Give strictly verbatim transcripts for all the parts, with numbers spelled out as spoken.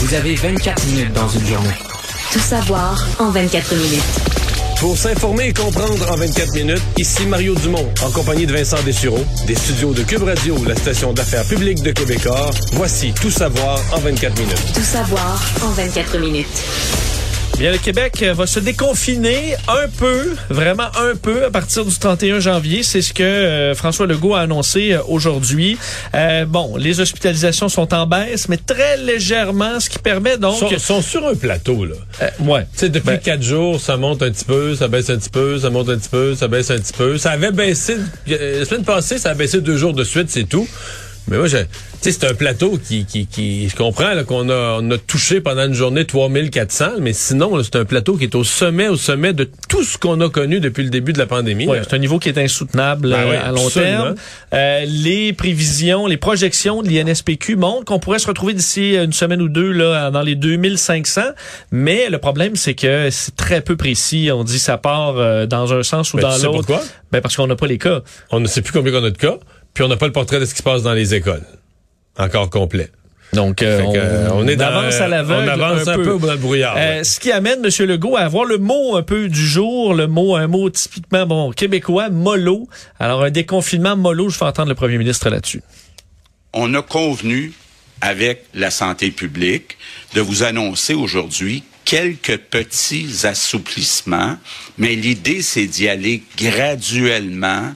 Vous avez vingt-quatre minutes dans une journée. Tout savoir en vingt-quatre minutes. Pour s'informer et comprendre en vingt-quatre minutes, ici Mario Dumont, en compagnie de Vincent Dessureau, des studios de Cube Radio, la station d'affaires publique de Québécois. Voici Tout savoir en vingt-quatre minutes. Tout savoir en vingt-quatre minutes. Bien, le Québec va se déconfiner un peu, vraiment un peu, à partir du trente et un janvier. C'est ce que euh, François Legault a annoncé euh, aujourd'hui. Euh, bon, les hospitalisations sont en baisse, mais très légèrement, ce qui permet donc... Ils sont, sont sur un plateau, là. Euh, ouais. Tu sais, depuis ben, quatre jours, ça monte un petit peu, ça baisse un petit peu, ça monte un petit peu, ça baisse un petit peu. Ça avait baissé... La semaine passée, ça a baissé deux jours de suite, c'est tout. Mais moi, je, tu sais, c'est un plateau qui, qui, qui, je comprends là, qu'on a, on a touché pendant une journée trois mille quatre cents, mais sinon, là, c'est un plateau qui est au sommet, au sommet de tout ce qu'on a connu depuis le début de la pandémie. Ouais, c'est un niveau qui est insoutenable ben ouais, à long absolument. terme. Euh, les prévisions, les projections de l'I N S P Q montrent qu'on pourrait se retrouver d'ici une semaine ou deux là dans les deux mille cinq cents, mais le problème, c'est que c'est très peu précis. On dit ça part euh, dans un sens ou ben, dans tu sais l'autre. Pourquoi? Ben parce qu'on n'a pas les cas. On ne sait plus combien on a de cas. Puis on n'a pas le portrait de ce qui se passe dans les écoles. Encore complet. Donc, euh, on, euh, on est dans, avance à l'aveugle. On avance un, un peu, peu dans le brouillard. Euh, ouais. Ce qui amène M. Legault à avoir le mot un peu du jour, le mot, un mot typiquement bon québécois, mollo. Alors, un déconfinement mollo, je fais entendre le premier ministre là-dessus. On a convenu avec la santé publique de vous annoncer aujourd'hui quelques petits assouplissements, mais l'idée, c'est d'y aller graduellement,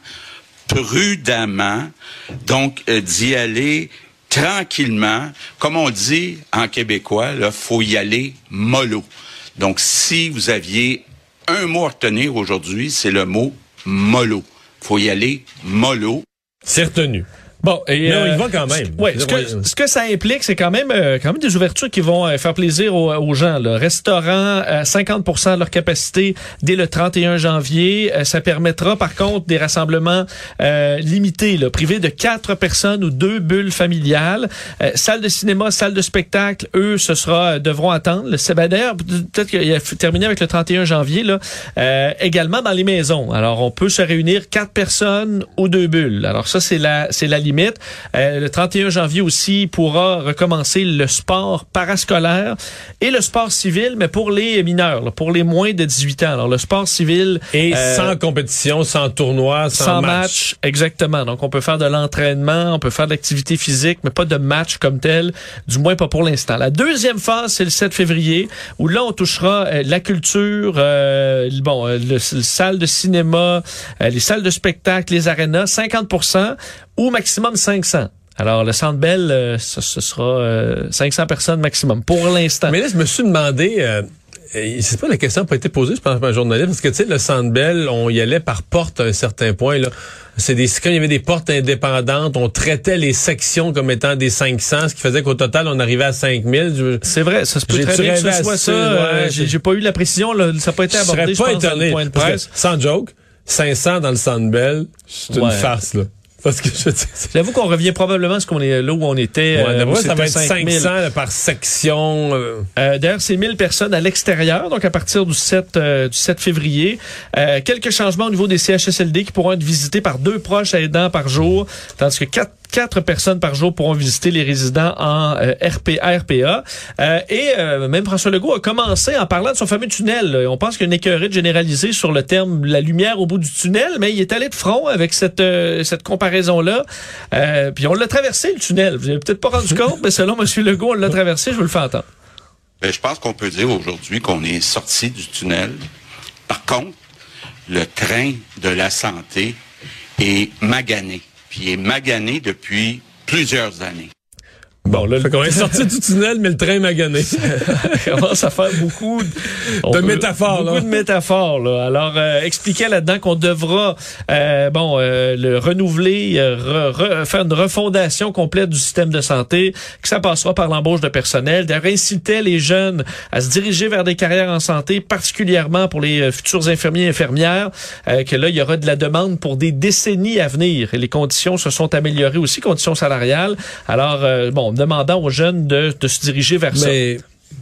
prudemment, donc euh, d'y aller tranquillement. Comme on dit en québécois, il faut y aller mollo. Donc, si vous aviez un mot à retenir aujourd'hui, c'est le mot mollo. Il faut y aller mollo. C'est retenu. Bon, et mais euh, on y va quand même. Ouais, ce que, ce que ça implique, c'est quand même euh, quand même des ouvertures qui vont euh, faire plaisir aux, aux gens. Là. Restaurants, euh, cinquante pour cent de leur capacité dès le trente et un janvier. Euh, ça permettra, par contre, des rassemblements euh, limités, là, privés de quatre personnes ou deux bulles familiales. Euh, salles de cinéma, salles de spectacle, eux, ce sera devront attendre. Le ben, d'ailleurs, peut-être qu'il a terminé avec le trente et un janvier. Là, euh, également dans les maisons. Alors, on peut se réunir quatre personnes ou deux bulles. Alors ça, c'est la c'est la limite. Euh, le trente et un janvier aussi pourra recommencer le sport parascolaire et le sport civil, mais pour les mineurs, là, pour les moins de dix-huit ans. Alors le sport civil... Et euh, sans compétition, sans tournoi, sans, sans match. match. Exactement. Donc on peut faire de l'entraînement, on peut faire de l'activité physique, mais pas de match comme tel, du moins pas pour l'instant. La deuxième phase, c'est le sept février, où là on touchera euh, la culture, euh, bon, euh, le, le salle de cinéma, euh, les salles de spectacle, les arénas, cinquante pour cent ou maximum cinq cents. Alors, le Centre Bell, euh, ce, ce sera euh, cinq cents personnes maximum, pour l'instant. Mais là, je me suis demandé... Euh c'est pas la question n'a pas été posée, je pense, par un journaliste, parce que, tu sais, le Centre Bell, on y allait par porte à un certain point, là. C'est des, quand il y avait des portes indépendantes, on traitait les sections comme étant des cinq cents, ce qui faisait qu'au total, on arrivait à cinq mille. C'est vrai, ça se peut très bien que ce soit ça. Euh, j'ai, j'ai pas eu la précision, là, ça n'a pas été abordé, je, je pense, étonné, dans le point de presse. Que, sans joke, cinq cents dans le Centre Bell, c'est ouais. une farce, là. Parce que je dis, j'avoue qu'on revient probablement à ce qu'on est là où on était. Ouais, euh, où ça va être cinq mille cinq cents là, par section. Euh. Euh, d'ailleurs, c'est mille personnes à l'extérieur, donc à partir du sept, euh, du sept février. Euh, quelques changements au niveau des C H S L D qui pourront être visités par deux proches aidants par jour, tandis que quatre Quatre personnes par jour pourront visiter les résidents en euh, R P A. R P A. Euh, et euh, même François Legault a commencé en parlant de son fameux tunnel. Là. On pense qu'il y a une écœurite généralisée sur le terme « la lumière au bout du tunnel », mais il est allé de front avec cette euh, cette comparaison-là. Euh, puis on l'a traversé, le tunnel. Vous n'avez peut-être pas rendu compte, mais selon M. Legault, on l'a traversé. Je vous le fais entendre. Bien, je pense qu'on peut dire aujourd'hui qu'on est sorti du tunnel. Par contre, le train de la santé est magané. Puis il est magané depuis plusieurs années. Bon, là, fait qu'on est sorti du tunnel, mais le train m'a gagné. Ça commence à faire beaucoup de, de peut, métaphores. Beaucoup là. de métaphores. Là. Alors, euh, expliquer là-dedans qu'on devra euh, bon euh, le renouveler, euh, re, re, faire une refondation complète du système de santé, que ça passera par l'embauche de personnel, d'ailleurs inciter les jeunes à se diriger vers des carrières en santé, particulièrement pour les euh, futurs infirmiers et infirmières, euh, que là, il y aura de la demande pour des décennies à venir. Et les conditions se sont améliorées aussi, conditions salariales. Alors, euh, bon, demandant aux jeunes de, de se diriger vers Mais,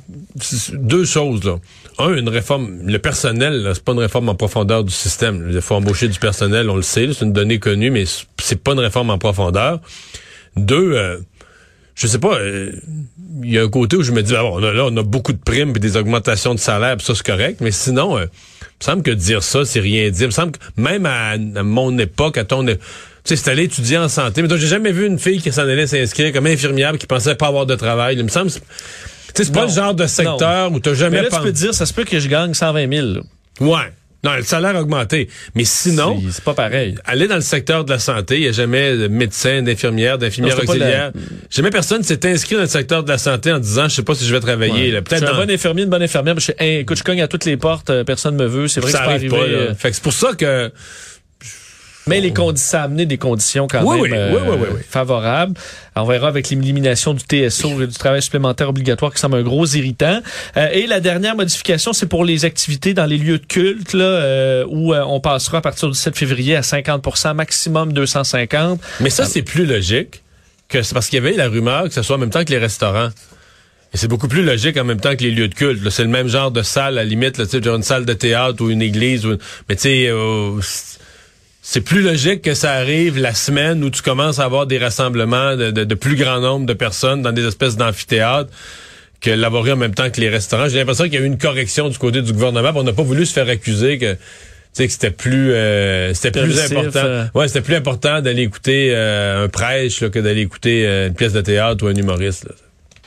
ça. Deux choses, là. Un, une réforme, le personnel, là, c'est pas une réforme en profondeur du système. Il faut embaucher du personnel, on le sait, là, c'est une donnée connue, mais c'est pas une réforme en profondeur. Deux, euh, je sais pas, euh, il y a un côté où je me dis, ah bon, on a, là, on a beaucoup de primes et des augmentations de salaire, pis ça, c'est correct. Mais sinon, euh, il me semble que dire ça, c'est rien dire. Il me semble que même à, à mon époque, à ton... Tu sais, c'est allé étudier en santé. Mais donc, j'ai jamais vu une fille qui s'en allait s'inscrire comme infirmière qui pensait pas avoir de travail. Il me semble... Tu sais, c'est pas le genre de secteur non. où t'as jamais... Mais là, pensé... tu peux dire, ça se peut que je gagne cent vingt mille. Là. Ouais. Non, le salaire a augmenté. Mais sinon... C'est, c'est pas pareil. Aller dans le secteur de la santé, il n'y a jamais de médecin, d'infirmière, d'infirmière non, auxiliaire. La... Jamais personne s'est inscrit dans le secteur de la santé en disant, je sais pas si je vais travailler. Ouais. Là. Peut-être je suis dans... un bon infirmier, une bonne infirmière. Je, hey, écoute, je cogne à toutes les portes, personne me veut. C'est vrai ça que c'est arrive pas arrivé. Pas, là. Fait que c'est pour ça que... Mais les conditions, ça a amené des conditions quand oui, même oui, euh, oui, oui, oui. favorables. Alors, on verra avec l'élimination du T S O et du travail supplémentaire obligatoire qui semble un gros irritant. Euh, et la dernière modification, c'est pour les activités dans les lieux de culte, là, euh, où euh, on passera à partir du sept février à cinquante pour cent, maximum deux cent cinquante. Mais ça, c'est plus logique que c'est parce qu'il y avait la rumeur que ce soit en même temps que les restaurants. Et c'est beaucoup plus logique en même temps que les lieux de culte. Là. C'est le même genre de salle, à la limite, là, genre une salle de théâtre ou une église. Ou... Mais tu sais... Euh, c'est plus logique que ça arrive la semaine où tu commences à avoir des rassemblements de, de, de plus grand nombre de personnes dans des espèces d'amphithéâtres que l'avoir eu en même temps que les restaurants. J'ai l'impression qu'il y a eu une correction du côté du gouvernement. On n'a pas voulu se faire accuser que, tu sais, que c'était plus, euh, c'était plus important. Euh... Ouais, c'était plus important d'aller écouter euh, un prêche là, que d'aller écouter euh, une pièce de théâtre ou un humoriste. Là.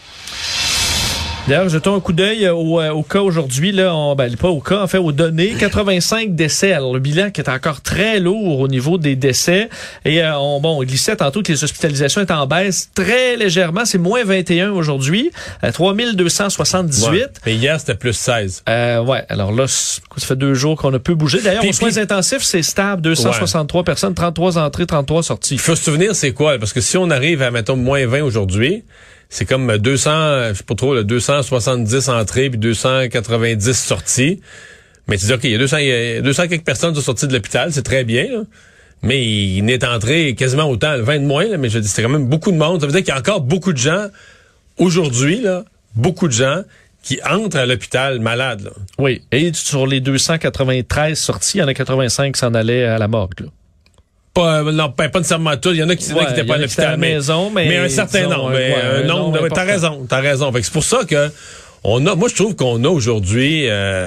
D'ailleurs, jetons un coup d'œil au, au cas aujourd'hui, là, on, ben, pas au cas, en fait, aux données. quatre-vingt-cinq décès. Alors, le bilan qui est encore très lourd au niveau des décès. Et, euh, on, bon, on glissait tantôt que les hospitalisations étaient en baisse très légèrement. C'est moins vingt et un aujourd'hui. Euh, trois mille deux cent soixante-dix-huit. Ouais. Et hier, c'était plus seize. Euh, ouais. Alors là, ça fait deux jours qu'on a peu bougé. D'ailleurs, puis, aux soins puis, intensifs, c'est stable. deux cent soixante-trois ouais. personnes, trente-trois entrées, trente-trois sorties. Il faut se souvenir, c'est quoi? Parce que si on arrive à, mettons, moins vingt aujourd'hui, c'est comme deux cents, je sais pas trop, là, deux cent soixante-dix entrées puis deux cent quatre-vingt-dix sorties. Mais tu dis, OK, il y a deux cents, il y a deux cents quelques personnes qui sont sorties de l'hôpital, c'est très bien, là. Mais il n'est entré quasiment autant, vingt de moins, là, mais je dis, c'est quand même beaucoup de monde. Ça veut dire qu'il y a encore beaucoup de gens, aujourd'hui, là, beaucoup de gens qui entrent à l'hôpital malades, là. Oui. Et sur les deux cent quatre-vingt-treize sorties, il y en a quatre-vingt-cinq qui s'en allaient à la morgue, là. Pas, non, pas, pas nécessairement tout. Il y en a qui ouais, n'étaient pas à l'hôpital. À la maison, mais, mais un certain nombre. Mais un nombre. Ouais, t'as raison, t'as raison. Fait que c'est pour ça que on a, moi, je trouve qu'on a aujourd'hui, euh,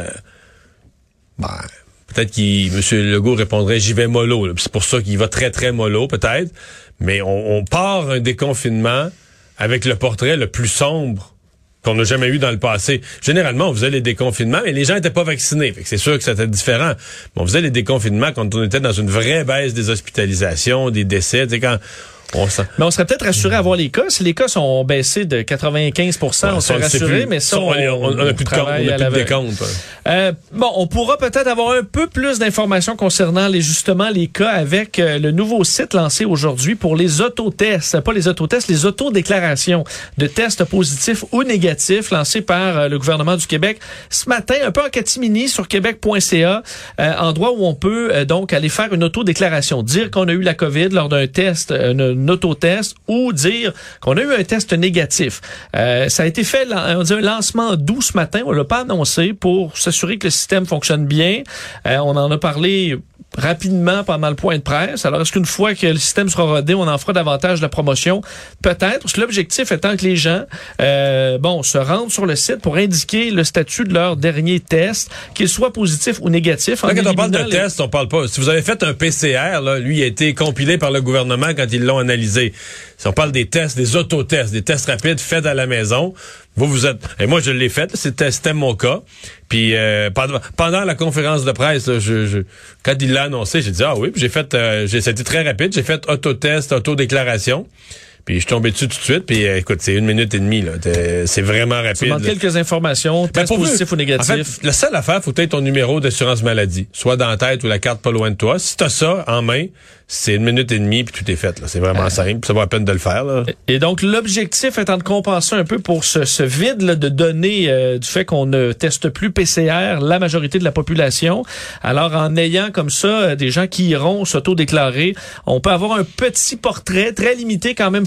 ben, peut-être qu'il, M. Legault répondrait, j'y vais mollo, là. C'est pour ça qu'il va très, très mollo, peut-être. Mais on, on part un déconfinement avec le portrait le plus sombre qu'on n'a jamais eu dans le passé. Généralement, on faisait les déconfinements, mais les gens n'étaient pas vaccinés. Fait que c'est sûr que c'était différent. Mais on faisait les déconfinements quand on était dans une vraie baisse des hospitalisations, des décès. Tu sais, quand on s'en... Mais on serait peut-être rassuré à voir les cas. Si les cas sont baissés de quatre-vingt-quinze pour cent, ouais, on serait rassuré, mais ça, on, on, on, on a plus de compte, on a plus de décompte. Ouais. Euh, bon, on pourra peut-être avoir un peu plus d'informations concernant les, justement, les cas avec euh, le nouveau site lancé aujourd'hui pour les autotests. Pas les autotests, les autodéclarations de tests positifs ou négatifs lancés par euh, le gouvernement du Québec ce matin, un peu en catimini sur québec point c a, euh, endroit où on peut euh, donc aller faire une autodéclaration, dire qu'on a eu la COVID lors d'un test, une, un autotest, ou dire qu'on a eu un test négatif. Euh, ça a été fait, on dit un lancement doux ce matin, on l'a pas annoncé pour s'assurer que le système fonctionne bien. Euh, on en a parlé rapidement pendant le point de presse. Alors, est-ce qu'une fois que le système sera rodé, on en fera davantage de la promotion? Peut-être, parce que l'objectif étant que les gens euh, bon, se rendent sur le site pour indiquer le statut de leur dernier test, qu'il soit positif ou négatif. Là, quand on parle de les... test, on parle pas... Si vous avez fait un P C R, là, lui, il a été compilé par le gouvernement quand ils l'ont analysé. Si on parle des tests, des autotests, des tests rapides faits à la maison, vous, vous êtes... Et moi, je l'ai fait, c'était, c'était mon cas. Puis euh, pendant, pendant la conférence de presse, là, je, je, quand il l'a annoncé, j'ai dit, ah oui, puis j'ai fait... Euh, j'ai, c'était très rapide, j'ai fait autotest, autodéclaration. Puis je suis tombé dessus tout de suite, puis euh, écoute, c'est une minute et demie, là. C'est vraiment rapide. Ça demande quelques informations, test ben positif ou négatif. En fait, la seule affaire, faut être ton numéro d'assurance maladie, soit dans la tête ou la carte pas loin de toi. Si t'as ça en main, c'est une minute et demie, puis tout est fait, là. C'est vraiment euh, simple, ça vaut la peine de le faire, là. Et donc, l'objectif étant de compenser un peu pour ce, ce vide là, de données euh, du fait qu'on ne teste plus P C R la majorité de la population. Alors, en ayant comme ça euh, des gens qui iront s'auto-déclarer, on peut avoir un petit portrait, très limité quand même, faut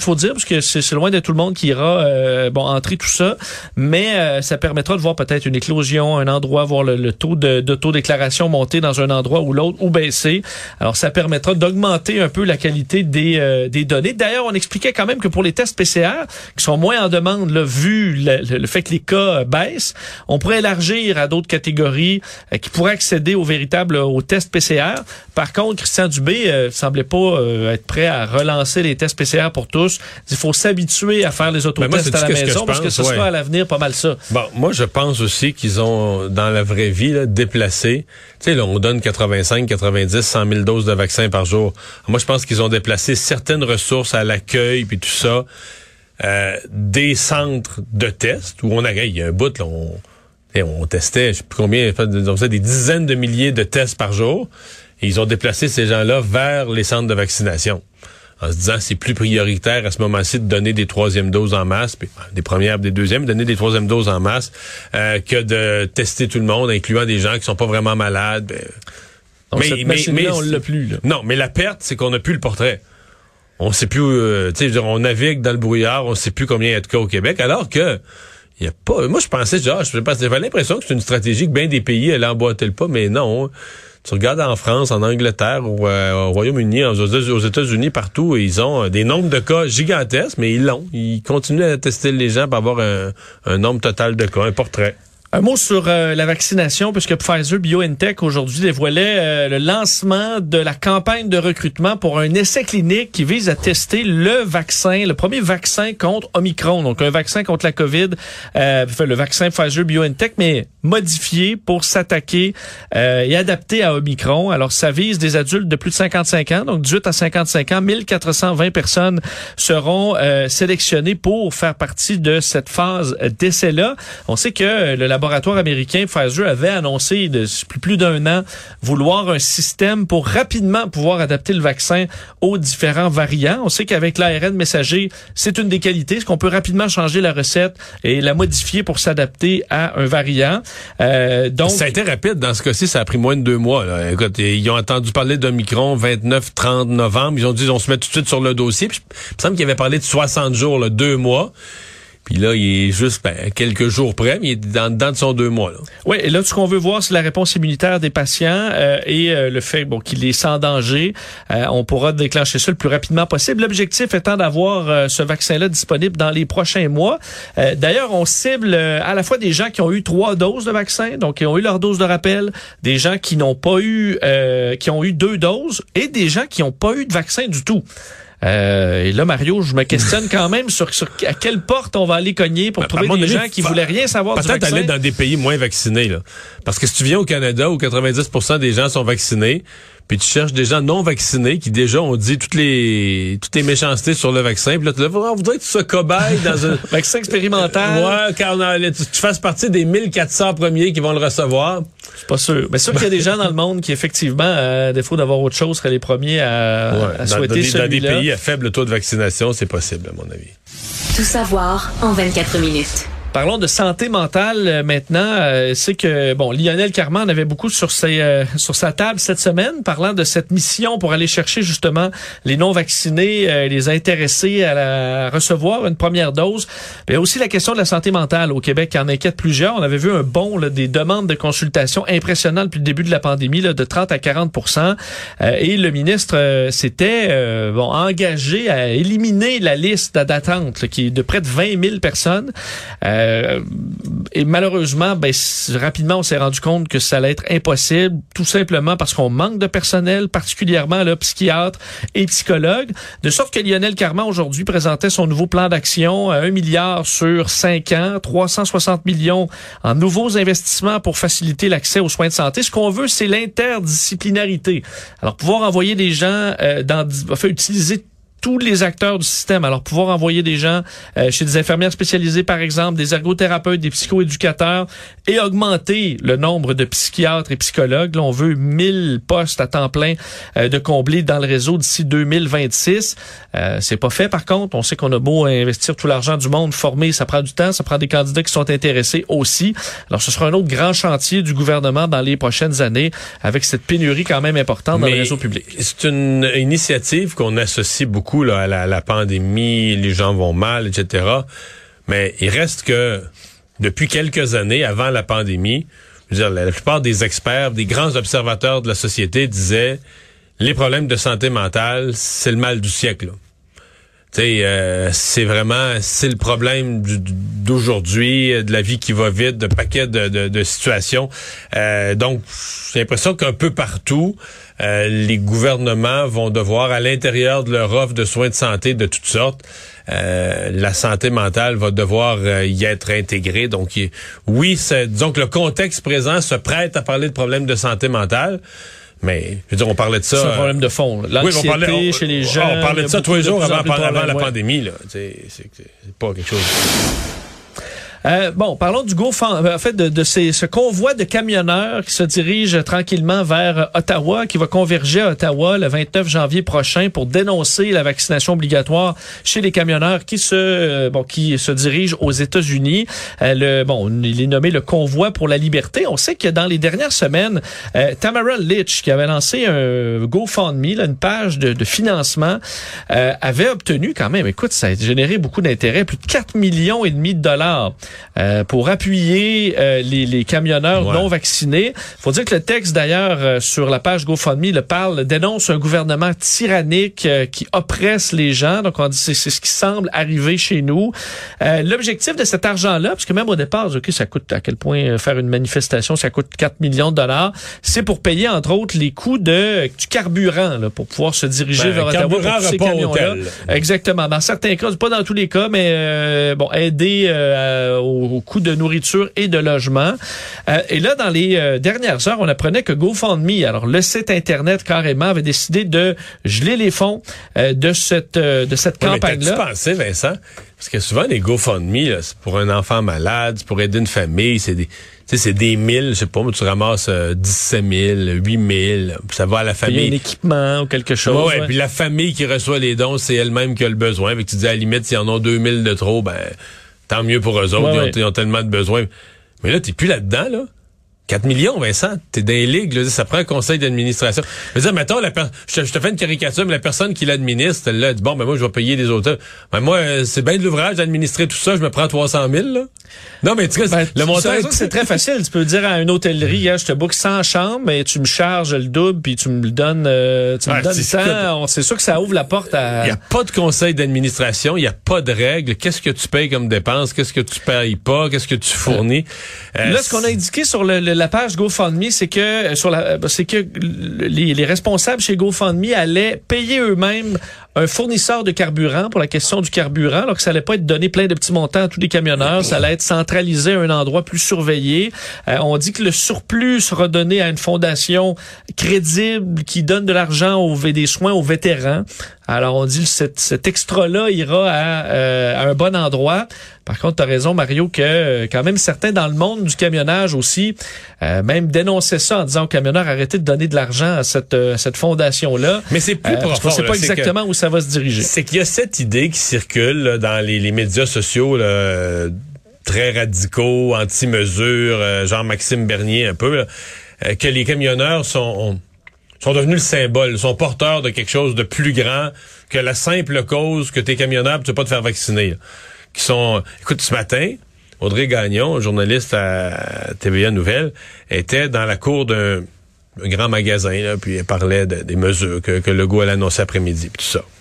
faut dire, parce que c'est, c'est loin de tout le monde qui ira euh, bon entrer tout ça, mais euh, ça permettra de voir peut-être une éclosion, un endroit, voir le, le taux de, d'autodéclaration monter dans un endroit ou l'autre, ou baisser. Alors, ça permettra d'augmenter un peu la qualité des, euh, des données. D'ailleurs, on expliquait quand même que pour les tests P C R, qui sont moins en demande, là, vu le, le, le fait que les cas baissent, on pourrait élargir à d'autres catégories euh, qui pourraient accéder au véritable euh, aux tests P C R. Par contre, Christian Dubé euh, semblait pas euh, être prêt à relancer les tests P C R pour tous. Il faut s'habituer à faire les autotests à la maison, que que parce pense, que ce ouais. sera à l'avenir pas mal ça. Bon, moi, je pense aussi qu'ils ont, dans la vraie vie, là, déplacé. Tu sais, là, on donne quatre-vingt-cinq, quatre-vingt-dix, cent mille doses de vaccins par jour. Moi, je pense qu'ils ont déplacé certaines ressources à l'accueil puis tout ça, euh, des centres de tests où on a, il y a un bout, là, on, on testait, je sais plus combien, on faisait des dizaines de milliers de tests par jour. Et ils ont déplacé ces gens-là vers les centres de vaccination, en se disant c'est plus prioritaire à ce moment-ci de donner des troisièmes doses en masse, puis des premières, des deuxièmes, donner des troisièmes doses en masse, euh, que de tester tout le monde, incluant des gens qui sont pas vraiment malades. Ben, donc, mais, mais, mais on l'a plus. Là. Non, mais la perte, c'est qu'on n'a plus le portrait. On sait plus, euh, tu sais, on navigue dans le brouillard, on sait plus combien il y a de cas au Québec, alors que il y a pas. Moi, je pensais, genre, je sais pas, j'avais l'impression que c'est une stratégie que bien des pays allaient emboîter le pas, mais non. Tu regardes en France, en Angleterre, au, euh, au Royaume-Uni, aux, aux États-Unis, partout, ils ont des nombres de cas gigantesques, mais ils l'ont. Ils continuent à tester les gens pour avoir un, un nombre total de cas, un portrait. Un mot sur euh, la vaccination, puisque Pfizer BioNTech aujourd'hui dévoilait euh, le lancement de la campagne de recrutement pour un essai clinique qui vise à tester le vaccin, le premier vaccin contre Omicron, donc un vaccin contre la COVID, euh, le vaccin Pfizer BioNTech, mais modifié pour s'attaquer euh, et adapté à Omicron. Alors, ça vise des adultes de plus de cinquante-cinq ans, donc dix-huit à cinquante-cinq ans. mille quatre cent vingt personnes seront euh, sélectionnées pour faire partie de cette phase d'essai-là. On sait que le laboratoire américain Pfizer avait annoncé depuis plus d'un an vouloir un système pour rapidement pouvoir adapter le vaccin aux différents variants. On sait qu'avec l'A R N messager, c'est une des qualités, c'est qu'on peut rapidement changer la recette et la modifier pour s'adapter à un variant. Euh, donc, ça a été rapide dans ce cas-ci, ça a pris moins de deux mois. Là. Écoute, ils ont entendu parler d'Omicron vingt-neuf trente novembre, ils ont dit on se met tout de suite sur le dossier. Puis, il me semble qu'il avait parlé de soixante jours, là, deux mois. Puis là, il est juste ben, quelques jours près, mais il est dans, dans de son deux mois. Là. Oui, et là, ce qu'on veut voir, c'est la réponse immunitaire des patients euh, et euh, le fait bon qu'il est sans danger. Euh, on pourra déclencher ça le plus rapidement possible. L'objectif étant d'avoir euh, ce vaccin-là disponible dans les prochains mois. Euh, d'ailleurs, on cible euh, à la fois des gens qui ont eu trois doses de vaccin, donc qui ont eu leur dose de rappel, des gens qui n'ont pas eu, euh, qui ont eu deux doses et des gens qui n'ont pas eu de vaccin du tout. Euh, et là, Mario, je me questionne quand même sur, sur à quelle porte on va aller cogner pour ben, trouver des gens qui voulaient rien savoir du vaccin. Peut-être aller dans des pays moins vaccinés, là. Parce que si tu viens au Canada où quatre-vingt-dix pour cent des gens sont vaccinés, puis tu cherches des gens non vaccinés qui déjà ont dit toutes les toutes les méchancetés sur le vaccin, puis là tu on voudrait que tu sois cobaye dans un vaccin expérimental. Ouais, car tu, tu fasses partie des mille quatre cents premiers qui vont le recevoir. Je suis pas sûr. Mais sûr qu'il y a des gens dans le monde qui effectivement, à défaut d'avoir autre chose, seraient les premiers à, ouais, à souhaiter dans, celui-là. Dans des pays à faible taux de vaccination, c'est possible à mon avis. Tout savoir en vingt-quatre minutes. Parlons de santé mentale euh, maintenant. Euh, c'est que bon, Lionel Carman en avait beaucoup sur ses euh, sur sa table cette semaine, parlant de cette mission pour aller chercher justement les non vaccinés, euh, les intéressés à, la, à recevoir une première dose. Mais aussi la question de la santé mentale au Québec qui en inquiète plusieurs. On avait vu un bond là, des demandes de consultation impressionnant depuis le début de la pandémie, là, de trente à quarante pour cent. Euh, et le ministre euh, s'était euh, bon engagé à éliminer la liste d'attente là, qui est de près de vingt mille personnes. Euh, Euh, et malheureusement, ben, rapidement, on s'est rendu compte que ça allait être impossible, tout simplement parce qu'on manque de personnel, particulièrement là, psychiatres et psychologues. De sorte que Lionel Carman, aujourd'hui, présentait son nouveau plan d'action à un milliard sur cinq ans, trois cent soixante millions en nouveaux investissements pour faciliter l'accès aux soins de santé. Ce qu'on veut, c'est l'interdisciplinarité. Alors, pouvoir envoyer des gens euh, dans, enfin, utiliser tous les acteurs du système. Alors, pouvoir envoyer des gens euh, chez des infirmières spécialisées, par exemple, des ergothérapeutes, des psychoéducateurs, et augmenter le nombre de psychiatres et psychologues. Là, on veut mille postes à temps plein euh, de combler dans le réseau d'ici deux mille vingt-six. Euh, c'est pas fait, par contre. On sait qu'on a beau investir tout l'argent du monde, former, ça prend du temps, ça prend des candidats qui sont intéressés aussi. Alors, ce sera un autre grand chantier du gouvernement dans les prochaines années, avec cette pénurie quand même importante dans Mais le réseau public. C'est une initiative qu'on associe beaucoup beaucoup là, à la, la pandémie, les gens vont mal, et cetera. Mais il reste que depuis quelques années, avant la pandémie, je veux dire, la, la plupart des experts, des grands observateurs de la société disaient les problèmes de santé mentale, c'est le mal du siècle. Là. Tu sais, euh, c'est vraiment, c'est le problème du, d'aujourd'hui, de la vie qui va vite, de paquets de, de, de situations. Euh, donc, j'ai l'impression qu'un peu partout, euh, les gouvernements vont devoir, à l'intérieur de leur offre de soins de santé de toutes sortes, euh, la santé mentale va devoir euh, y être intégrée. Donc, il, oui, c'est, disons que le contexte présent se prête à parler de problèmes de santé mentale. Mais, je veux dire, on parlait de ça. C'est un problème de fond. L'anxiété oui, on parlait, on, chez les gens. On parlait de ça tous les jours avant, avant la ouais. pandémie, là. C'est, c'est, c'est pas quelque chose. Euh, bon, parlons du GoFundMe, en fait, de, de ces, ce convoi de camionneurs qui se dirige tranquillement vers Ottawa, qui va converger à Ottawa le vingt-neuf janvier prochain pour dénoncer la vaccination obligatoire chez les camionneurs qui se, euh, bon, qui se dirigent aux États-Unis. Euh, le, bon, il est nommé le convoi pour la liberté. On sait que dans les dernières semaines, euh, Tamara Lich, qui avait lancé un GoFundMe, là, une page de, de financement, euh, avait obtenu quand même, écoute, ça a généré beaucoup d'intérêt, plus de quatre millions et demi de dollars. Euh, pour appuyer euh, les, les camionneurs ouais. non vaccinés. Faut dire que le texte, d'ailleurs, euh, sur la page GoFundMe, le parle, dénonce un gouvernement tyrannique euh, qui oppresse les gens. Donc, on dit c'est, c'est ce qui semble arriver chez nous. Euh, l'objectif de cet argent-là, parce que même au départ, ok, ça coûte à quel point faire une manifestation, ça coûte quatre millions de dollars, c'est pour payer, entre autres, les coûts de du carburant là, pour pouvoir se diriger ben, vers Ottawa pour tous ces camions-là. Exactement. Dans certains cas, pas dans tous les cas, mais euh, bon, aider euh, Au, au coût de nourriture et de logement. Euh, et là, dans les euh, dernières heures, on apprenait que GoFundMe, alors le site Internet carrément, avait décidé de geler les fonds euh, de cette euh, de cette ouais, campagne-là. Mais t'as-tu pensé, Vincent? Parce que souvent, les GoFundMe, là, c'est pour un enfant malade, c'est pour aider une famille, c'est des... Tu sais, c'est des mille, je sais pas, mais tu ramasses euh, dix-sept mille, huit mille, ça va à la famille. Il y a un équipement ou quelque chose. Ouais, ouais, ouais. Puis la famille qui reçoit les dons, c'est elle-même qui a le besoin. Fait que tu dis, à la limite, s'ils en ont deux mille de trop, ben... tant mieux pour eux autres, ouais, ils, ont, ouais. ils ont tellement de besoins. Mais là, t'es plus là-dedans, là. quatre millions, Vincent, t'es dans les ligues, là, ça prend un conseil d'administration. Je veux dire, mettons, la per- je, te, je te fais une caricature, mais la personne qui l'administre, elle là, dit, bon, ben moi, je vais payer des auteurs. Ben moi, euh, c'est bien de l'ouvrage d'administrer tout ça, je me prends trois cent mille, là. Non, mais tu sais, ben, le montant... Est... c'est très facile. Tu peux dire à une hôtellerie, hein, je te book cent chambres, mais tu me charges le double, puis tu me le donnes, euh, tu me ouais, donnes c'est, cent. C'est sûr que ça ouvre la porte à... Il n'y a pas de conseil d'administration, il n'y a pas de règles. Qu'est-ce que tu payes comme dépenses? Qu'est-ce que tu payes pas? Qu'est-ce que tu fournis? Euh, là, ce qu'on a indiqué sur le, le, la page GoFundMe, c'est que sur la, c'est que les, les responsables chez GoFundMe allaient payer eux-mêmes un fournisseur de carburant pour la question du carburant, alors que ça allait pas être donné plein de petits montants à tous les camionneurs, ça allait être centralisé à un endroit plus surveillé. Euh, on dit que le surplus sera donné à une fondation crédible qui donne de l'argent aux, des soins aux vétérans. Alors on dit que cet, cet extra-là ira à, euh, à un bon endroit. Par contre, tu as raison, Mario, que euh, quand même certains dans le monde du camionnage aussi, euh, même dénonçaient ça en disant aux camionneurs, arrêtez de donner de l'argent à cette, euh, cette fondation-là. Mais c'est plus euh, profond. On ne sait pas exactement que, où ça va se diriger. C'est qu'il y a cette idée qui circule là, dans les, les médias sociaux là, très radicaux, anti-mesures, euh, genre Maxime Bernier un peu, là, euh, que les camionneurs sont... sont devenus le symbole, sont porteurs de quelque chose de plus grand que la simple cause que t'es camionneur, tu veux pas te faire vacciner. Là. Qui sont, écoute, ce matin, Audrey Gagnon, journaliste à T V A Nouvelles, était dans la cour d'un un grand magasin, là, puis elle parlait de, des mesures que, que Legault allait annoncer après-midi, puis tout ça.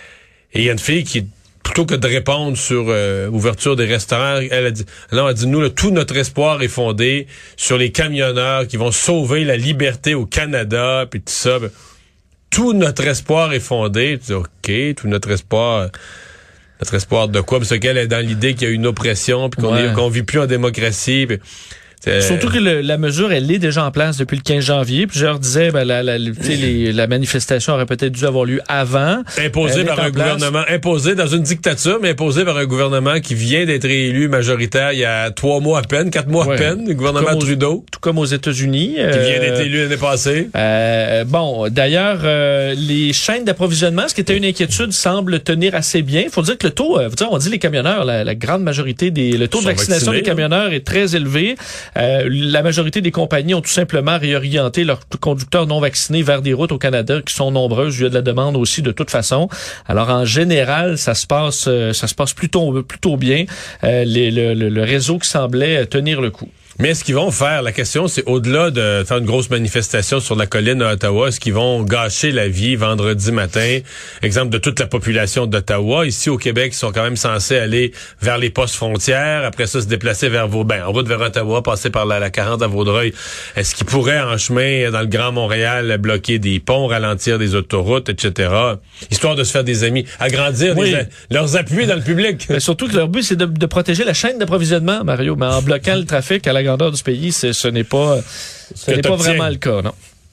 Et il y a une fille qui, plutôt que de répondre sur euh, l'ouverture des restaurants, elle a dit, non, elle a dit, nous, là, tout notre espoir est fondé sur les camionneurs qui vont sauver la liberté au Canada, puis tout ça. Tout notre espoir est fondé. Tu dis, OK, tout notre espoir... Notre espoir de quoi? Parce qu'elle est dans l'idée qu'il y a une oppression, puis qu'on, ouais. est, qu'on vit plus en démocratie, puis... Euh... Surtout que le, la mesure, elle est déjà en place depuis le quinze janvier. Puis je leur disais, ben, la, la, les, la manifestation aurait peut-être dû avoir lieu avant. Imposée par un place. gouvernement, imposée dans une dictature, mais imposée par un gouvernement qui vient d'être élu majoritaire il y a trois mois à peine, quatre mois ouais. à peine, le gouvernement tout Trudeau. Aux, tout comme aux États-Unis. Qui euh, vient d'être élu l'année passée. Euh, bon, d'ailleurs, euh, les chaînes d'approvisionnement, ce qui était une inquiétude, semble tenir assez bien. Il faut dire que le taux, euh, on dit les camionneurs, la, la grande majorité des, le taux de vaccination des camionneurs est très élevé. Euh, la majorité des compagnies ont tout simplement réorienté leurs conducteurs non vaccinés vers des routes au Canada qui sont nombreuses. Il y a de la demande aussi de toute façon. Alors en général, ça se passe, euh, ça se passe plutôt plutôt bien. Euh, les, le, le, le réseau qui semblait tenir le coup. Mais est-ce qu'ils vont faire, la question c'est au-delà de faire une grosse manifestation sur la colline à Ottawa, est-ce qu'ils vont gâcher la vie vendredi matin, exemple de toute la population d'Ottawa, ici au Québec, ils sont quand même censés aller vers les postes frontières, après ça se déplacer vers Vaudreuil, ben, en route vers Ottawa, passer par la, la quarante à Vaudreuil. Est-ce qu'ils pourraient en chemin dans le Grand Montréal bloquer des ponts, ralentir des autoroutes, et cetera, histoire de se faire des amis, agrandir oui. les, leurs appuis dans le public? Mais surtout que leur but c'est de, de protéger la chaîne d'approvisionnement, Mario, mais en bloquant le trafic à la grandeur du pays, c'est, ce n'est pas, ce n'est pas vraiment le cas, non.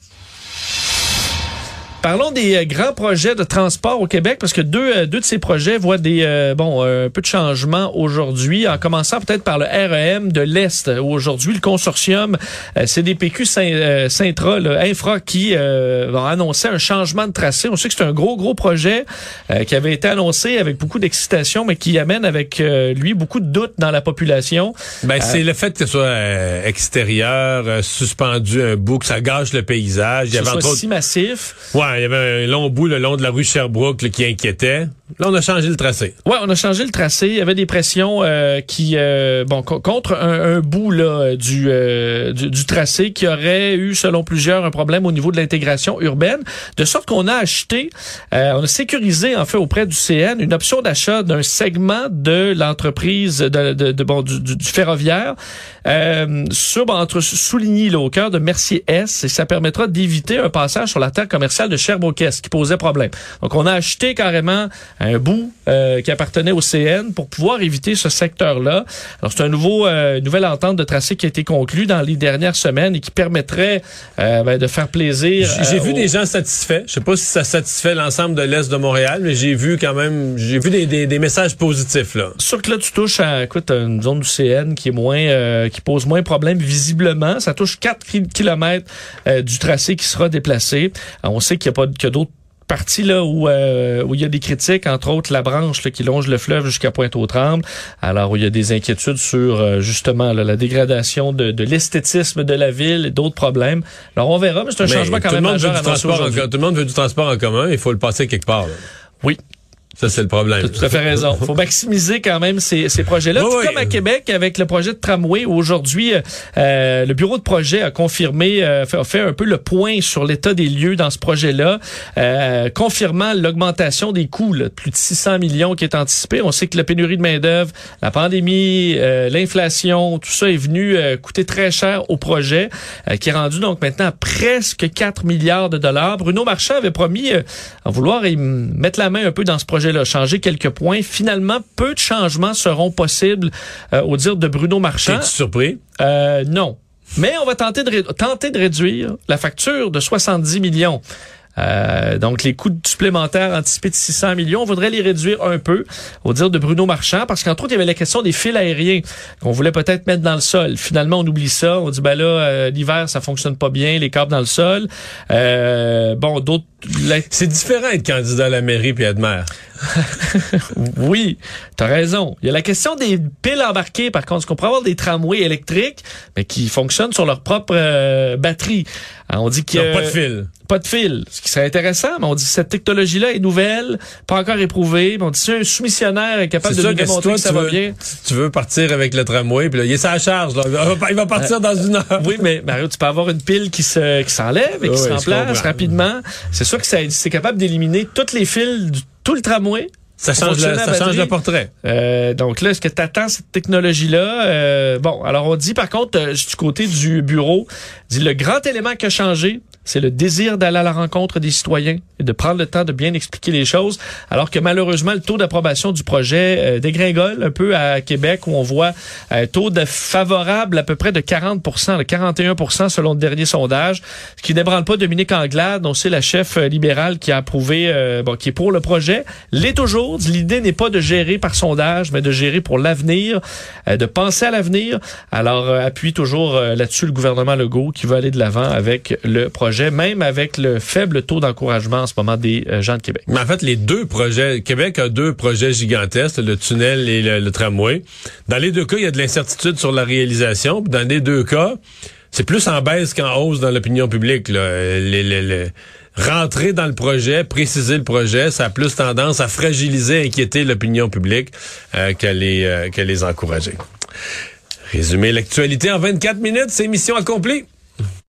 Parlons des euh, grands projets de transport au Québec, parce que deux, euh, deux de ces projets voient des euh, bon euh, un peu de changement aujourd'hui, en commençant peut-être par le R E M de l'Est. Aujourd'hui, le consortium euh, C D P Q euh, Cintra, le Infra, qui euh, va annoncer un changement de tracé. On sait que c'est un gros, gros projet euh, qui avait été annoncé avec beaucoup d'excitation, mais qui amène avec euh, lui beaucoup de doutes dans la population. Ben, euh, c'est le fait que ce soit euh, extérieur, euh, suspendu un bout, que ça gâche le paysage. Il y avait entre autres si massif. Ouais, il y avait un long bout le long de la rue Sherbrooke là, qui inquiétait. Là, on a changé le tracé. Ouais, on a changé le tracé. Il y avait des pressions euh, qui, euh, bon, co- contre un, un bout là du, euh, du du tracé qui aurait eu, selon plusieurs, un problème au niveau de l'intégration urbaine, de sorte qu'on a acheté, euh, on a sécurisé en fait auprès du C N une option d'achat d'un segment de l'entreprise de, de, de bon du, du, du ferroviaire euh, sur bon, entre Souligny là, au cœur de Mercier-Est, et ça permettra d'éviter un passage sur la terre commerciale de Sherbrooke-Est qui posait problème. Donc, on a acheté carrément un bout euh, qui appartenait au C N pour pouvoir éviter ce secteur-là. Alors, c'est un nouveau, euh, une nouvelle entente de tracé qui a été conclue dans les dernières semaines et qui permettrait euh, ben, de faire plaisir. J'ai euh, vu aux... des gens satisfaits. Je sais pas si ça satisfait l'ensemble de l'Est de Montréal, mais j'ai vu quand même, j'ai vu des, des, des messages positifs, là. Sûr que là, tu touches à, écoute, une zone du C N qui est moins, euh, qui pose moins de problèmes visiblement. Ça touche quatre kilomètres euh, du tracé qui sera déplacé. Alors, on sait qu'il y a pas, qu'il y a d'autres partie là où euh, où il y a des critiques, entre autres la branche là, qui longe le fleuve jusqu'à Pointe-aux-Trembles. Alors où il y a des inquiétudes sur euh, justement là, la dégradation de, de l'esthétisme de la ville et d'autres problèmes. Alors on verra, mais c'est un mais changement quand même majeur annoncé aujourd'hui. En, tout le monde veut du transport en commun, il faut le passer quelque part. Là. Oui. Ça, c'est le problème. Tu as tout à fait raison. Il faut maximiser quand même ces, ces projets-là. Oui, tout oui. comme à Québec, avec le projet de tramway, aujourd'hui, euh, le bureau de projet a confirmé, euh, fait, a fait un peu le point sur l'état des lieux dans ce projet-là, euh, confirmant l'augmentation des coûts, là, plus de six cents millions qui est anticipé. On sait que la pénurie de main-d'œuvre, la pandémie, euh, l'inflation, tout ça est venu euh, coûter très cher au projet, euh, qui est rendu donc maintenant à presque quatre milliards de dollars. Bruno Marchand avait promis euh, à vouloir y mettre la main un peu dans ce projet là, changer quelques points. Finalement, peu de changements seront possibles euh, au dire de Bruno Marchand. Es-tu surpris? Euh, non. Mais on va tenter de, ré- tenter de réduire la facture de soixante-dix millions. Euh, donc, les coûts supplémentaires anticipés de six cents millions, on voudrait les réduire un peu, au dire de Bruno Marchand, parce qu'entre autres, il y avait la question des fils aériens qu'on voulait peut-être mettre dans le sol. Finalement, on oublie ça. On dit, ben là, euh, l'hiver, ça fonctionne pas bien, les câbles dans le sol. Euh, bon, d'autres... La... C'est différent être candidat à la mairie puis être maire. Oui, t'as raison. Il y a la question des piles embarquées, par contre, parce qu'on pourrait avoir des tramways électriques, mais qui fonctionnent sur leur propre euh, batterie. Alors, on dit qu'il y a... pas de fil. Pas de fil, ce qui serait intéressant, mais on dit que cette technologie-là est nouvelle, pas encore éprouvée, mais on dit si un soumissionnaire est capable c'est de sûr nous que démontrer si toi, que ça tu va veux, bien. Tu veux partir avec le tramway, puis là, il est sa charge, là. Il va partir euh, dans une heure. Oui, mais Mario, tu peux avoir une pile qui se qui s'enlève et qui oui, se remplace rapidement. C'est sûr que ça, c'est capable d'éliminer tous les fils, du, tout le tramway. Ça change, le, ça change le portrait. Euh, donc là, est-ce que tu attends cette technologie-là? Euh, bon, alors on dit par contre, euh, du côté du bureau, dit le grand élément qui a changé, c'est le désir d'aller à la rencontre des citoyens et de prendre le temps de bien expliquer les choses, alors que malheureusement, le taux d'approbation du projet euh, dégringole un peu à Québec, où on voit un taux de favorable à peu près de quarante pour cent, de quarante et un pour cent selon le dernier sondage, ce qui n'ébranle pas Dominique Anglade, dont c'est la chef euh, libérale qui a approuvé, euh, bon, qui est pour le projet, l'est toujours. L'idée n'est pas de gérer par sondage, mais de gérer pour l'avenir, euh, de penser à l'avenir. Alors, euh, appuie toujours euh, là-dessus le gouvernement Legault qui veut aller de l'avant avec le projet projets, même avec le faible taux d'encouragement en ce moment des euh, gens de Québec. Mais en fait, les deux projets, Québec a deux projets gigantesques, le tunnel et le, le tramway. Dans les deux cas, il y a de l'incertitude sur la réalisation. Dans les deux cas, c'est plus en baisse qu'en hausse dans l'opinion publique. Là. Les, les, les, rentrer dans le projet, préciser le projet, ça a plus tendance à fragiliser, inquiéter l'opinion publique euh, qu'à les, euh, qu'à les encourager. Résumer l'actualité en vingt-quatre minutes, c'est mission accomplie.